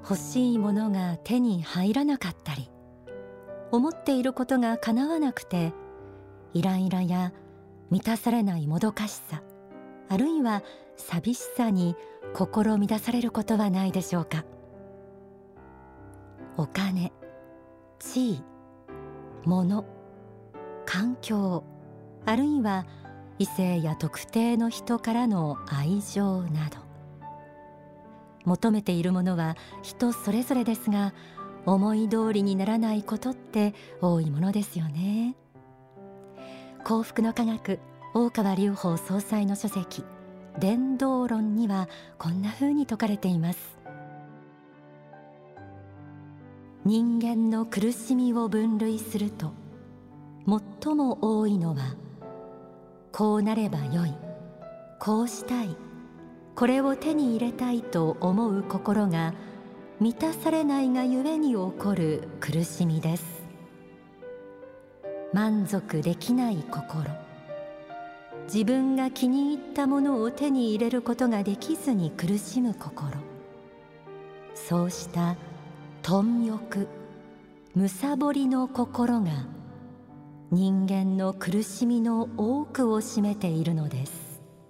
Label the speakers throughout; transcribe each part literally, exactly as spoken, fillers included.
Speaker 1: 欲しいものが手に入らなかったり、思っていることが叶わなくてイライラや満たされないもどかしさ、あるいは寂しさに心乱されることはないでしょうか。お金、地位、物、環境、あるいは異性や特定の人からの愛情など、求めているものは人それぞれですが、思い通りにならないことって多いものですよね。幸福の科学、大川隆法総裁の書籍伝道論にはこんな風に説かれています。人間の苦しみを分類すると、最も多いのはこうなればよい、こうしたい、これを手に入れたいと思う心が満たされないがゆえに起こる苦しみです。満足できない心、自分が気に入ったものを手に入れることができずに苦しむ心、そうした貪欲、むさぼりの心が人間の苦しみの多くを占めているのです。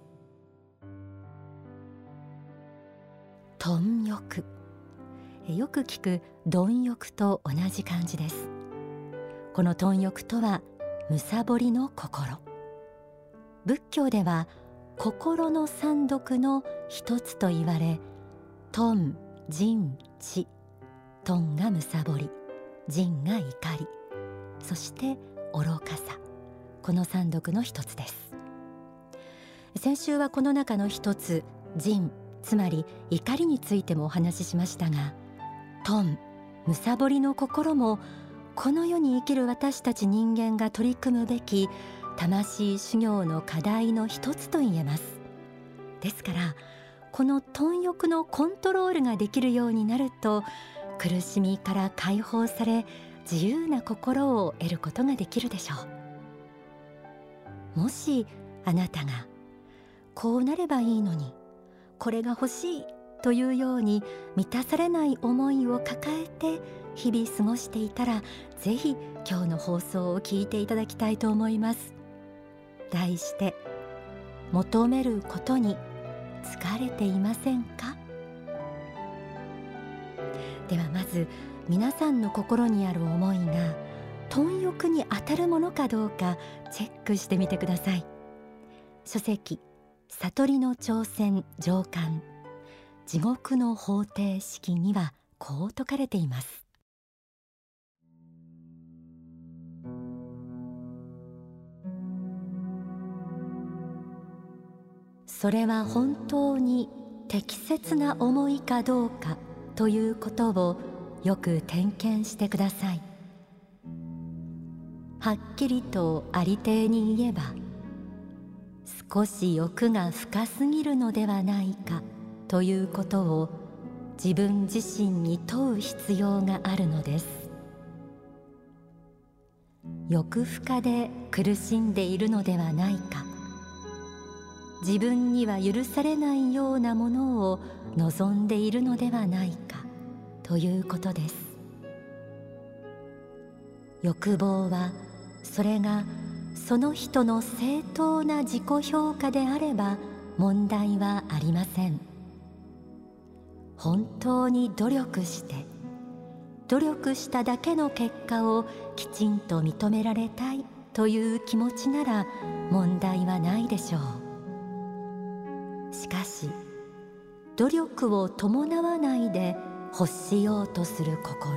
Speaker 1: 貪欲、よく聞く貪欲と同じ漢字です。この貪欲とはむさぼりの心。仏教では心の三毒の一つと言われ、貪、瞋、痴。貪がむさぼり、瞋が怒り、そして愚かさ、この三毒の一つです。先週はこの中の一つ、瞋、つまり怒りについてもお話ししましたが、貪、むさぼりの心もこの世に生きる私たち人間が取り組むべき魂修行の課題の一つと言えます。ですからこの貪欲のコントロールができるようになると、苦しみから解放され自由な心を得ることができるでしょう。もしあなたがこうなればいいのに、これが欲しいというように満たされない思いを抱えて日々過ごしていたら、ぜひ今日の放送を聞いていただきたいと思います。題して、求めることに疲れていませんか？ではまず皆さんの心にある思いが貪欲に当たるものかどうかチェックしてみてください。書籍悟りの挑戦上巻、地獄の方程式にはこう説かれています。それは本当に適切な思いかどうかということをよく点検してください。はっきりとありていに言えば、少し欲が深すぎるのではないかということを自分自身に問う必要があるのです。欲深で苦しんでいるのではないか、自分には許されないようなものを望んでいるのではないかということです。欲望はそれがその人の正当な自己評価であれば問題はありません。本当に努力して努力しただけの結果をきちんと認められたいという気持ちなら問題はないでしょう。しかし努力を伴わないで欲しようとする心、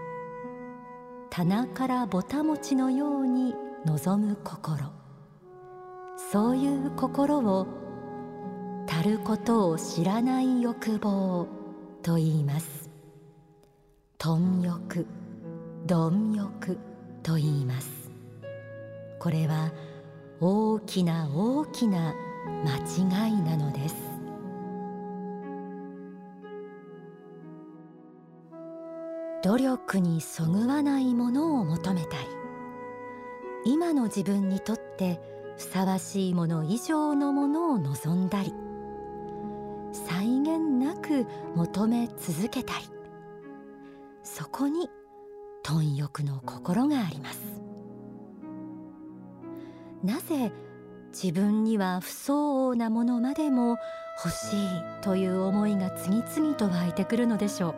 Speaker 1: 棚からぼたもちのように望む心、そういう心を足ることを知らない欲望と言います。貪欲、貪欲と言います。これは大きな大きな間違いなのです。努力にそぐわないものを求めたり、今の自分にとってふさわしいもの以上のものを望んだり、際限なく求め続けたり、 そこに貪欲の心があります。なぜ自分には不相応なものまでも欲しいという思いが次々と湧いてくるのでしょう。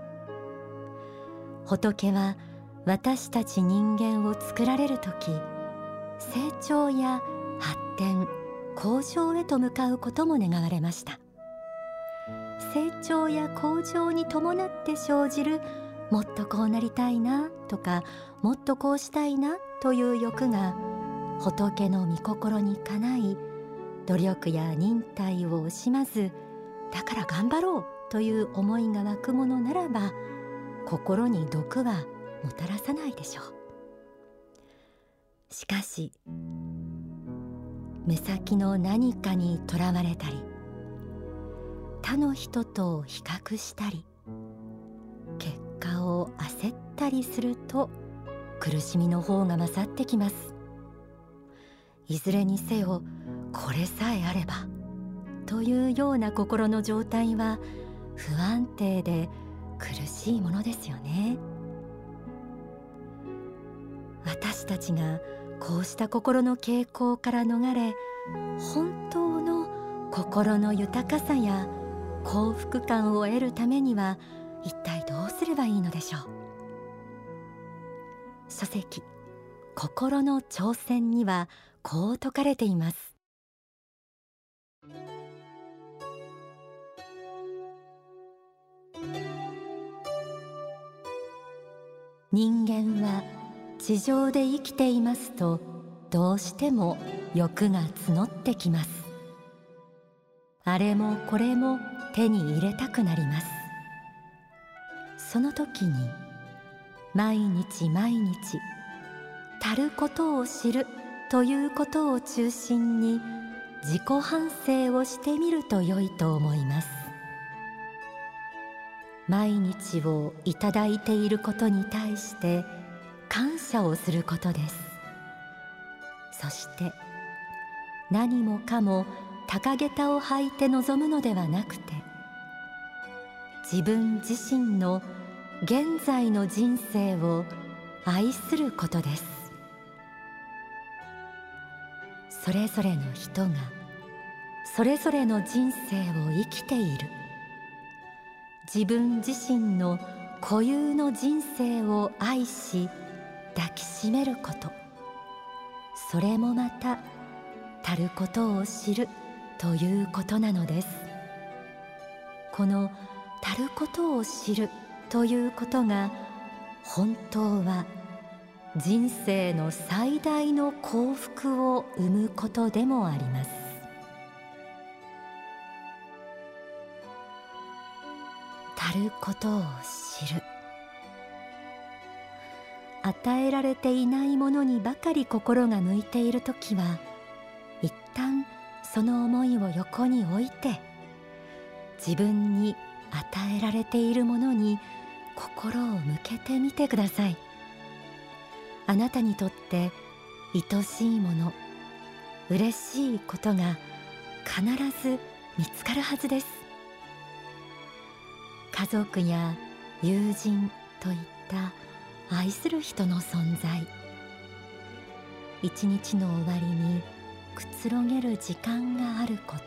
Speaker 1: 仏は私たち人間を作られるとき、成長や発展、向上へと向かうことも願われました。成長や向上に伴って生じるもっとこうなりたいなとか、もっとこうしたいなという欲が仏の御心にかない、努力や忍耐を惜しまず、だから頑張ろうという思いが湧くものならば、心に毒はもたらさないでしょう。しかし目先の何かにとらわれたり、他の人と比較したり、結果を焦ったりすると苦しみの方が勝ってきます。いずれにせよこれさえあればというような心の状態は不安定で苦しいものですよね。私たちがこうした心の傾向から逃れ、本当の心の豊かさや幸福感を得るためには一体どうすればいいのでしょう。書籍心の挑戦にはこう説かれています。人間は地上で生きていますと、どうしても欲が募ってきます。あれもこれも手に入れたくなります。その時に毎日毎日足ることを知るということを中心に自己反省をしてみると良いと思います。毎日をいただいていることに対して感謝をすることです。そして何もかも高げたを履いて臨むのではなくて、自分自身の現在の人生を愛することです。それぞれの人がそれぞれの人生を生きている。自分自身の固有の人生を愛し抱きしめること、それもまた足ることを知るということなのです。この足ることを知るということが本当は人生の最大の幸福を生むことでもあります。足ることを知る。与えられていないものにばかり心が向いているときは、一旦その思いを横に置いて、自分に与えられているものに心を向けてみてください。あなたにとって愛しいもの、嬉しいことが必ず見つかるはずです。家族や友人といった愛する人の存在、一日の終わりにくつろげる時間があること、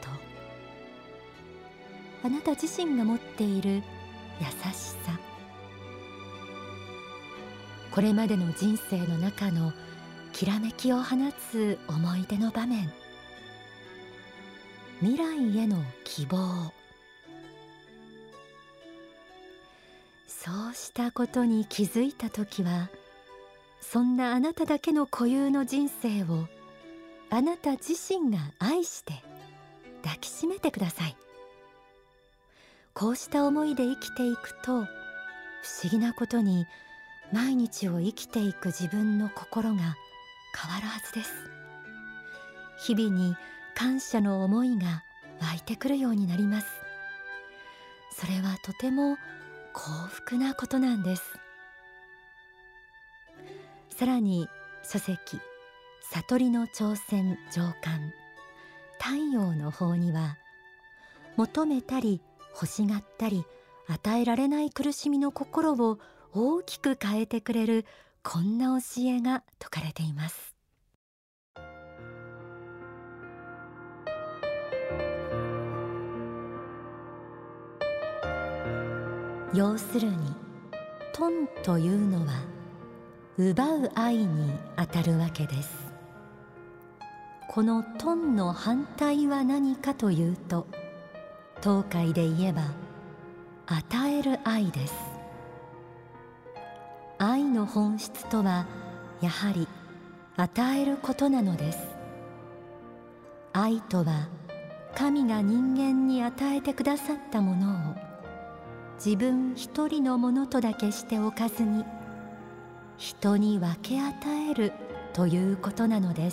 Speaker 1: あなた自身が持っている優しさ、これまでの人生の中のきらめきを放つ思い出の場面、未来への希望、そうしたことに気づいたときは、そんなあなただけの固有の人生をあなた自身が愛して抱きしめてください。こうした思いで生きていくと、不思議なことに毎日を生きていく自分の心が変わるはずです。日々に感謝の思いが湧いてくるようになります。それはとても幸福なことなんです。さらに書籍悟りの挑戦上巻太陽の方には、求めたり欲しがったり与えられない苦しみの心を大きく変えてくれる、こんな教えが説かれています。要するに、頓というのは奪う愛にあたるわけです。この頓の反対は何かというと、東海で言えば与える愛です。愛の本質とはやはり与えることなのです。愛とは神が人間に与えてくださったものを自分一人のものとだけしておかずに、人に分け与えるということなのです。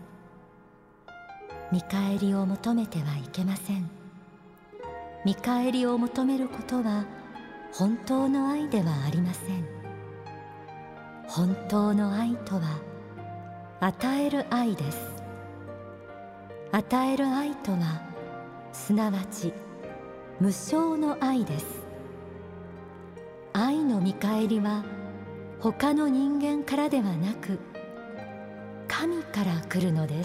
Speaker 1: 見返りを求めてはいけません。見返りを求めることは本当の愛ではありません。本当の愛とは与える愛です。与える愛とはすなわち無償の愛です。愛の見返りは他の人間からではなく、神から来るのです。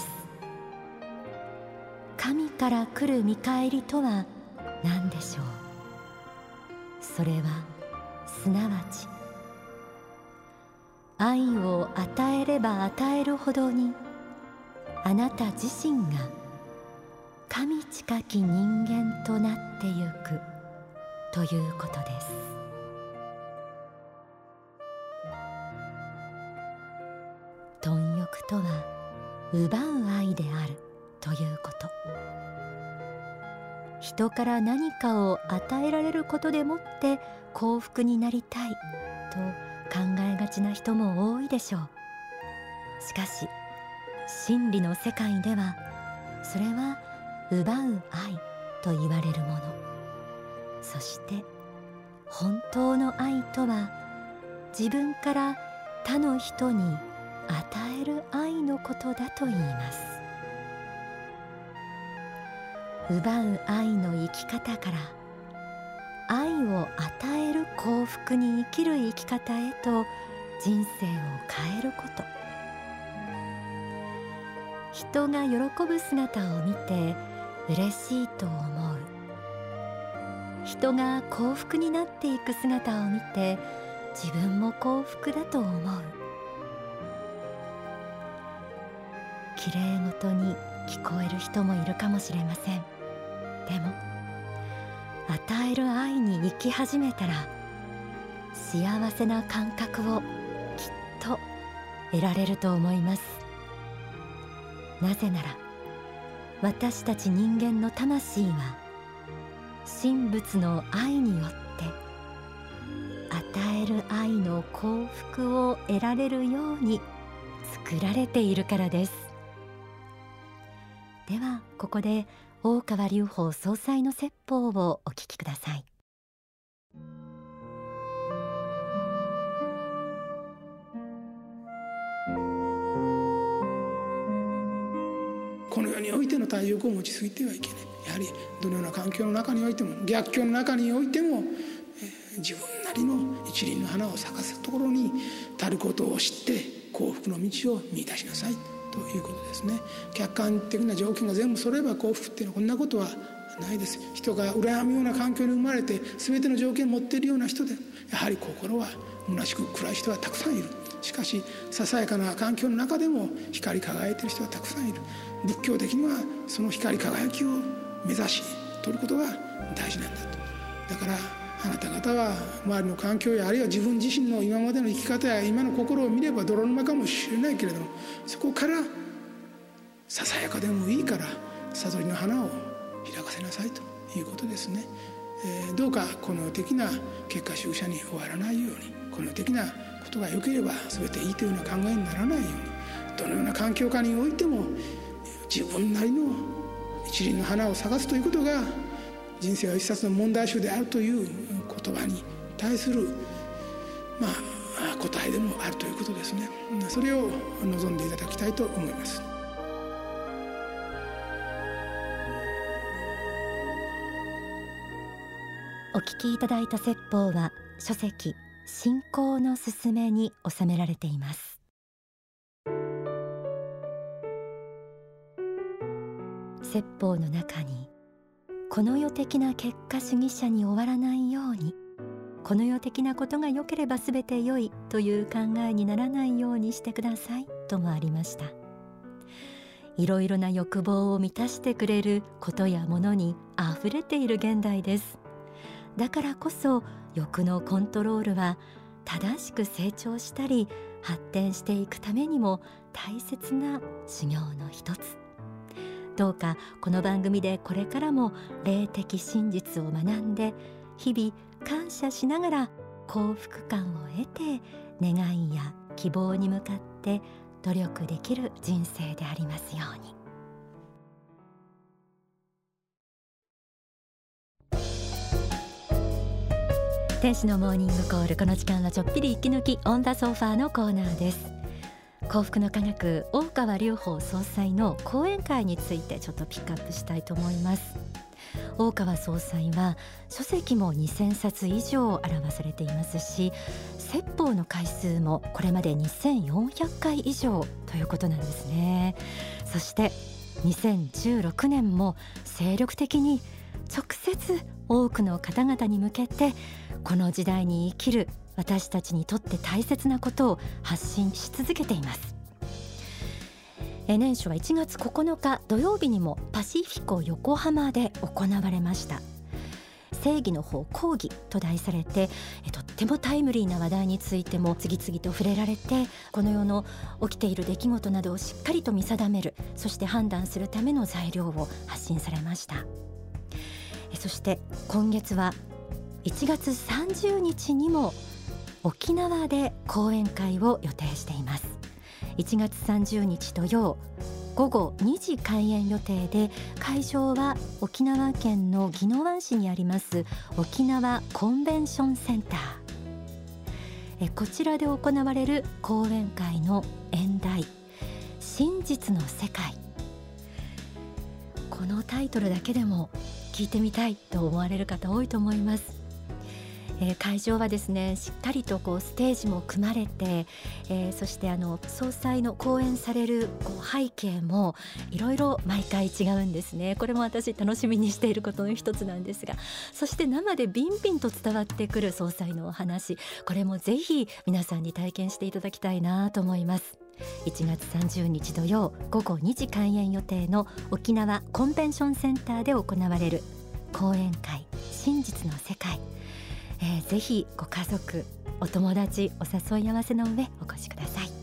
Speaker 1: 神から来る見返りとは何でしょう。それはすなわち、愛を与えれば与えるほどに、あなた自身が神近き人間となってゆくということです。貪欲とは奪う愛であるということ。人から何かを与えられることでもって幸福になりたいと考えがちな人も多いでしょう。しかし真理の世界では、それは奪う愛と言われるもの。そして本当の愛とは、自分から他の人に与える愛のことだと言います。奪う愛の生き方から、愛を与える幸福に生きる生き方へと人生を変えること。人が喜ぶ姿を見て嬉しいと思う。人が幸福になっていく姿を見て自分も幸福だと思う。きれいごとに聞こえる人もいるかもしれません。でも与える愛に生き始めたら、幸せな感覚をきっと得られると思います。なぜなら、私たち人間の魂は神仏の愛によって与える愛の幸福を得られるように作られているからです。ではここで大川隆法総裁の説法をお聞きください。
Speaker 2: この世においての体力を持ちすぎてはいけない。やはりどのような環境の中においても、逆境の中においても、えー、自分なりの一輪の花を咲かせるところに足ることを知って幸福の道を見出しなさいということですね。客観的な条件が全部揃えば幸福っていうのはこんなことはないです。人が羨むような環境に生まれて全ての条件を持っているような人で、やはり心は虚しく暗い人はたくさんいる。しかしささやかな環境の中でも光り輝いている人はたくさんいる。仏教的にはその光り輝きを目指し取ることが大事なんだと。だからあなた方は周りの環境やあるいは自分自身の今までの生き方や今の心を見れば泥沼かもしれないけれども、そこからささやかでもいいから悟りの花を開かせなさいということですね。えー、どうかこの世的な結果主義者に終わらないように、この世的なことが良ければ全ていいというような考えにならないように、どのような環境下においても自分なりの一輪の花を咲かすということが人生は一冊の問題集であるという言葉に対する、まあ、答えでもあるということですね。それを望んでいただきたいと思います。
Speaker 1: お聞きいただいた説法は書籍信仰のすすめに収められています。説法の中に、この世的な結果主義者に終わらないように、この世的なことが良ければ全て良いという考えにならないようにしてくださいともありました。いろいろな欲望を満たしてくれることやものにあふれている現代です。だからこそ欲のコントロールは正しく成長したり発展していくためにも大切な修行の一つ。どうかこの番組でこれからも霊的真実を学んで、日々感謝しながら幸福感を得て、願いや希望に向かって努力できる人生でありますように。天使のモーニングコール、この時間はちょっぴり息抜きオンダソファーのコーナーです。幸福の科学、大川隆法総裁の講演会についてちょっとピックアップしたいと思います。大川総裁は書籍もにせんさつ以上表されていますし、説法の回数もこれまでにせんよんひゃっかい以上ということなんですね。そしてにせんじゅうろくねんも精力的に直接多くの方々に向けて、この時代に生きる私たちにとって大切なことを発信し続けています。年初はいちがつここのか土曜日にもパシフィコ横浜で行われました。正義の方講義と題されて、とってもタイムリーな話題についても次々と触れられて、この世の起きている出来事などをしっかりと見定める、そして判断するための材料を発信されました。そして今月はいちがつさんじゅうにちにも沖縄で講演会を予定しています。いちがつさんじゅうにち土曜ごごにじ開演予定で、会場は沖縄県の宜野湾市にあります沖縄コンベンションセンター。えこちらで行われる講演会の演題、真実の世界。このタイトルだけでも聞いてみたいと思われる方多いと思います。えー、会場はですね、しっかりとこうステージも組まれて、えー、そしてあの総裁の講演されるこう背景もいろいろ毎回違うんですね。これも私楽しみにしていることの一つなんですが、そして生でビンビンと伝わってくる総裁のお話、これもぜひ皆さんに体験していただきたいなと思います。いちがつさんじゅうにち土曜ごごにじ開演予定の沖縄コンベンションセンターで行われる講演会、真実の世界。えー、ぜひご家族、お友達お誘い合わせの上お越しください。